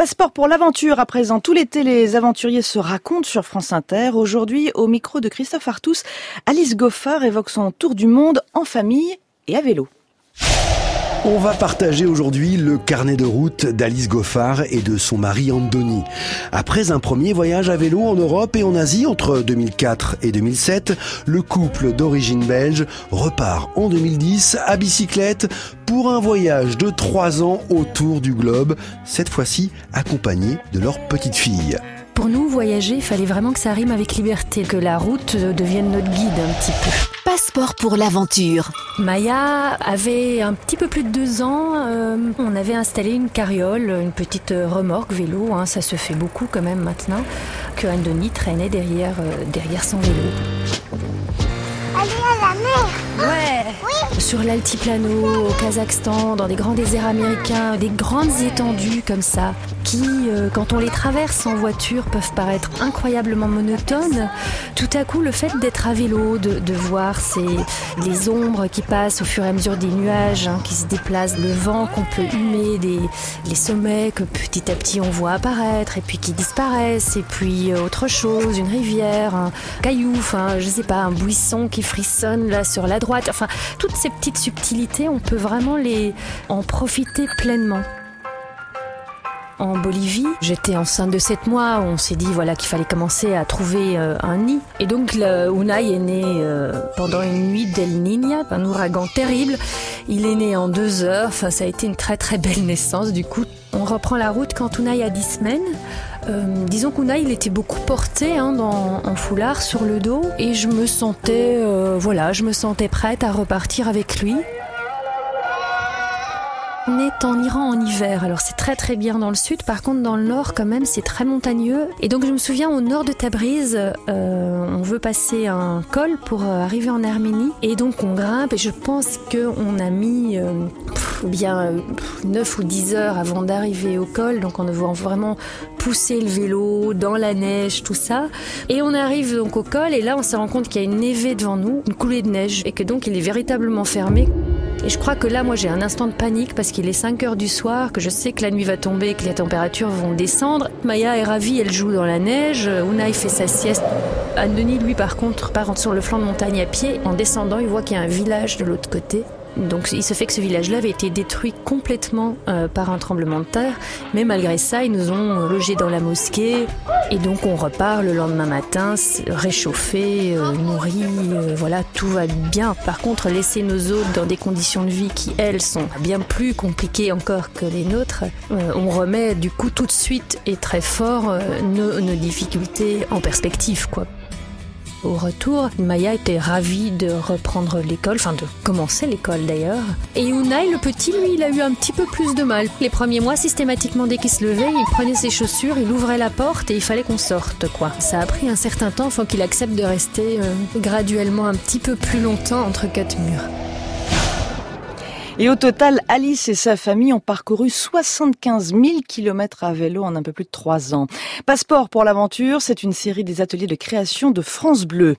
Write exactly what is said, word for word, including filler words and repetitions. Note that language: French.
Passeport pour l'aventure. À présent, tout l'été, les aventuriers se racontent sur France Inter. Aujourd'hui, au micro de Christophe Artus, Alice Goffard évoque son tour du monde en famille et à vélo. On va partager aujourd'hui le carnet de route d'Alice Goffard et de son mari Andoni. Après un premier voyage à vélo en Europe et en Asie entre deux mille quatre et deux mille sept, le couple d'origine belge repart en deux mille dix à bicyclette pour un voyage de trois ans autour du globe, cette fois-ci accompagné de leur petite fille. Pour nous, voyager, il fallait vraiment que ça rime avec liberté, que la route devienne notre guide un petit peu. Passeport pour l'aventure. Maya avait un petit peu plus de deux ans. Euh, on avait installé une carriole, une petite remorque vélo. Hein, ça se fait beaucoup quand même maintenant. Que Andoni traînait derrière, euh, derrière son vélo. Aller à la mer. Ouais. Oui. Sur l'altiplano, au Kazakhstan, dans des grands déserts américains, des grandes étendues comme ça, qui, euh, quand on les traverse en voiture, peuvent paraître incroyablement monotones. Tout à coup, le fait d'être à vélo, de, de voir ces, les ombres qui passent au fur et à mesure des nuages hein, qui se déplacent, le vent qu'on peut humer, des, les sommets que petit à petit on voit apparaître et puis qui disparaissent, et puis euh, autre chose, une rivière, un caillou, enfin, je sais pas, un buisson qui frissonne là sur la droite. Enfin, toutes ces petites subtilités, on peut vraiment les en profiter pleinement. En Bolivie, j'étais enceinte de sept mois, on s'est dit voilà qu'il fallait commencer à trouver euh, un nid. Et donc le Unai est né euh, pendant une nuit d'El Niña, un ouragan terrible. Il est né en deux heures, enfin ça a été une très très belle naissance du coup. On reprend la route quand Unai a dix semaines. Euh, disons qu'Unai il était beaucoup porté hein, dans, en foulard sur le dos et je me sentais, euh, voilà, je me sentais prête à repartir avec lui. On est en Iran en hiver, alors c'est très très bien dans le sud, par contre dans le nord quand même c'est très montagneux. Et donc je me souviens au nord de Tabriz, euh, on veut passer un col pour arriver en Arménie. Et donc on grimpe et je pense qu'on a mis euh, pff, bien euh, neuf ou dix heures avant d'arriver au col. Donc on doit vraiment pousser le vélo dans la neige, tout ça. Et on arrive donc au col et là on se rend compte qu'il y a une névée devant nous, une coulée de neige et que donc il est véritablement fermé. Et je crois que là, moi, j'ai un instant de panique parce qu'il est cinq heures du soir, que je sais que la nuit va tomber, que les températures vont descendre. Maya est ravie, elle joue dans la neige. Unai fait sa sieste. Andoni, lui, par contre, part sur le flanc de montagne à pied. En descendant, il voit qu'il y a un village de l'autre côté. Donc il se fait que ce village-là avait été détruit complètement euh, par un tremblement de terre. Mais malgré ça, ils nous ont logés dans la mosquée. Et donc on repart le lendemain matin, réchauffé, euh, nourri, euh, voilà, tout va bien. Par contre, laisser nos hôtes dans des conditions de vie qui, elles, sont bien plus compliquées encore que les nôtres, euh, on remet du coup tout de suite et très fort euh, nos, nos difficultés en perspective, quoi. Au retour, Maya était ravie de reprendre l'école, enfin de commencer l'école d'ailleurs. Et Unai, le petit, lui, il a eu un petit peu plus de mal. Les premiers mois, systématiquement, dès qu'il se levait, il prenait ses chaussures, il ouvrait la porte et il fallait qu'on sorte, quoi. Ça a pris un certain temps, il faut qu'il accepte de rester euh, graduellement un petit peu plus longtemps entre quatre murs. Et au total, Alice et sa famille ont parcouru soixante-quinze mille kilomètres à vélo en un peu plus de trois ans. Passeport pour l'aventure, c'est une série des ateliers de création de France Bleu.